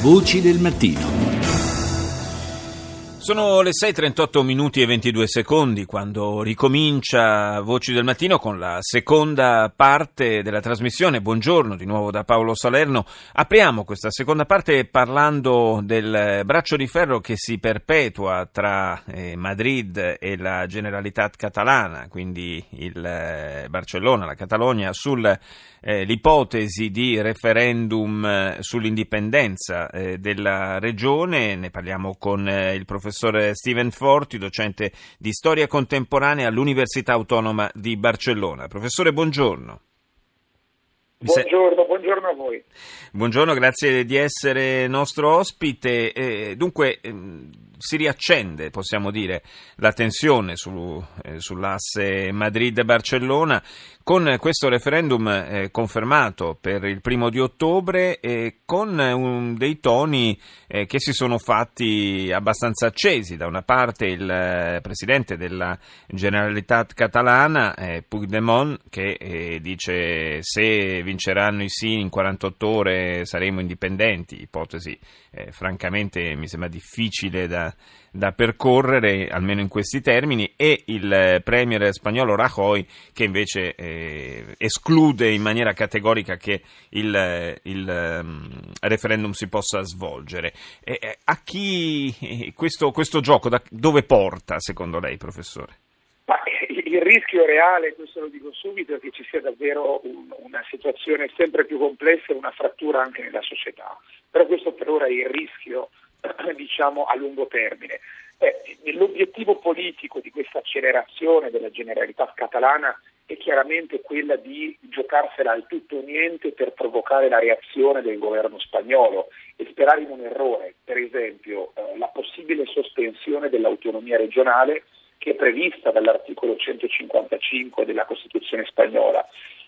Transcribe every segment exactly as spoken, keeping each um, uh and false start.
Voci del mattino. Sono le sei e trentotto minuti e ventidue secondi quando ricomincia Voci del Mattino con la seconda parte della trasmissione. Buongiorno di nuovo da Paolo Salerno. Apriamo questa seconda parte parlando del braccio di ferro che si perpetua tra eh, Madrid e la Generalitat Catalana, quindi il eh, Barcellona, la Catalogna, sull'ipotesi eh, di referendum eh, sull'indipendenza eh, della regione. Ne parliamo con eh, il professor Steven Forti, docente di storia contemporanea all'Università Autonoma di Barcellona. Professore, buongiorno. Buongiorno, buongiorno a voi. Buongiorno, grazie di essere nostro ospite. Eh, dunque, ehm, si riaccende, possiamo dire, la tensione su, eh, sull'asse Madrid-Barcellona con questo referendum eh, confermato per il primo di ottobre e con un, dei toni eh, che si sono fatti abbastanza accesi. Da una parte il eh, presidente della Generalitat Catalana, eh, Puigdemont, che eh, dice se vinceranno i sì in quarantotto ore saremo indipendenti, ipotesi eh, francamente mi sembra difficile da, da percorrere, almeno in questi termini, e il premier spagnolo Rajoy che invece eh, esclude in maniera categorica che il, il um, referendum si possa svolgere. Eh, eh, a chi eh, questo, questo gioco da dove porta, secondo lei, professore? Ma il rischio reale, questo lo dico subito, è che ci sia davvero un, una situazione sempre più complessa e una frattura anche nella società. Però questo per ora è il rischio, diciamo, a lungo termine. Eh, l'obiettivo politico di questa accelerazione della Generalitat Catalana è chiaramente quella di giocarsela al tutto o niente per provocare la reazione del governo spagnolo e sperare in un errore, per esempio eh, la possibile sospensione dell'autonomia regionale che è prevista dall'articolo centocinquantacinque della Costituzione spagnola.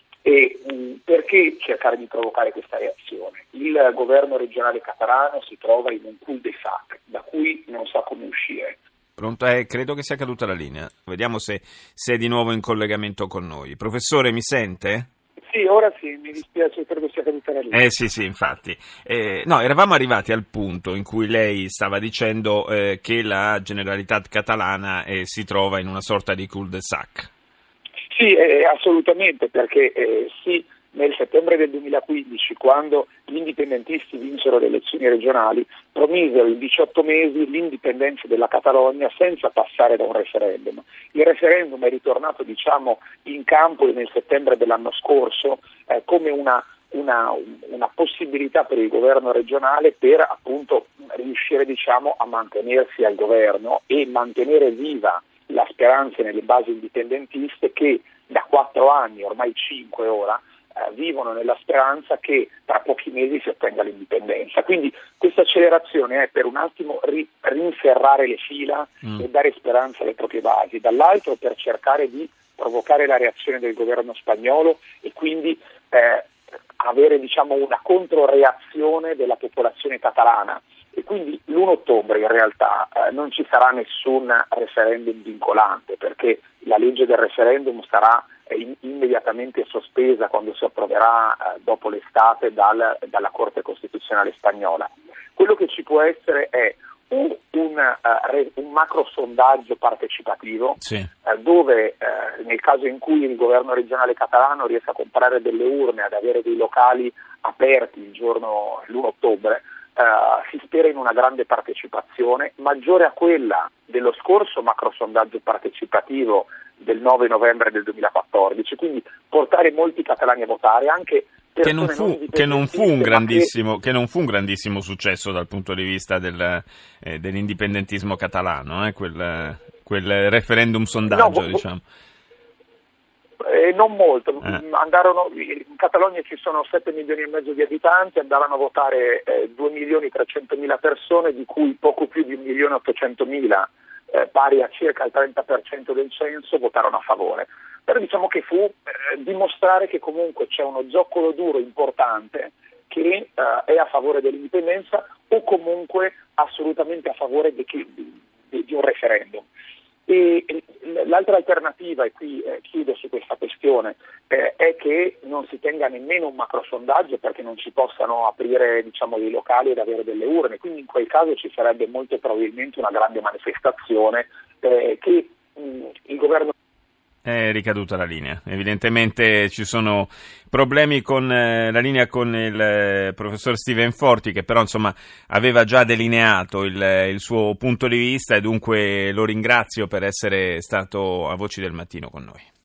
E mh, perché cercare di provocare questa reazione? Il governo regionale catalano si trova in un cul-de-sac da cui non sa come uscire. Pronto? Eh, credo che sia caduta la linea. Vediamo se, se è di nuovo in collegamento con noi. Professore, mi sente? Sì, ora sì, mi dispiace, credo sia caduta la linea. Eh sì, sì, infatti. Eh, no, eravamo arrivati al punto in cui lei stava dicendo eh, che la Generalitat Catalana eh, si trova in una sorta di cul-de-sac. Sì, eh, assolutamente, perché eh, sì, nel settembre del duemilaquindici, quando gli indipendentisti vinsero le elezioni regionali, promisero in diciotto mesi l'indipendenza della Catalogna senza passare da un referendum. Il referendum è ritornato, diciamo, in campo nel settembre dell'anno scorso eh, come una, una, una possibilità per il governo regionale per appunto riuscire, diciamo, a mantenersi al governo e mantenere viva la speranza nelle basi indipendentiste che da quattro anni, ormai cinque ora, eh, vivono nella speranza che tra pochi mesi si ottenga l'indipendenza. Quindi questa accelerazione è per un attimo ri- rinserrare le fila mm. e dare speranza alle proprie basi, dall'altro per cercare di provocare la reazione del governo spagnolo e quindi eh, avere, diciamo, una controreazione della popolazione catalana. E quindi l'primo ottobre in realtà eh, non ci sarà nessun referendum vincolante, perché la legge del referendum sarà eh, in, immediatamente sospesa quando si approverà eh, dopo l'estate dal, dalla Corte Costituzionale spagnola. Quello che ci può essere è un, un, uh, un macro sondaggio partecipativo sì. eh, dove eh, nel caso in cui il governo regionale catalano riesca a comprare delle urne, ad avere dei locali aperti il giorno l'primo ottobre, Uh, si spera in una grande partecipazione, maggiore a quella dello scorso macrosondaggio partecipativo del nove novembre del duemilaquattordici, quindi portare molti catalani a votare, anche che non, fu, che, non fu un grandissimo, che... che non fu un grandissimo successo dal punto di vista del, eh, dell'indipendentismo catalano, eh, quel, quel referendum sondaggio, no, diciamo. Eh, non molto, eh. Andarono, in Catalogna ci sono sette milioni e mezzo di abitanti, andarono a votare eh, due milioni trecentomila persone, di cui poco più di un milione ottocentomila, eh, pari a circa il trenta per cento del censo, votarono a favore. Però diciamo che fu eh, dimostrare che comunque c'è uno zoccolo duro importante che eh, è a favore dell'indipendenza o comunque assolutamente a favore di, di, di un referendum. E l'altra alternativa, e qui eh, chiudo su questa questione, eh, è che non si tenga nemmeno un macrosondaggio perché non si possano aprire, diciamo, dei locali ed avere delle urne, quindi in quel caso ci sarebbe molto probabilmente una grande manifestazione eh, che mh, il governo... È ricaduta la linea. Evidentemente ci sono problemi con eh, la linea con il eh, professor Steven Forti, che però insomma aveva già delineato il, il suo punto di vista, e dunque lo ringrazio per essere stato a Voci del Mattino con noi.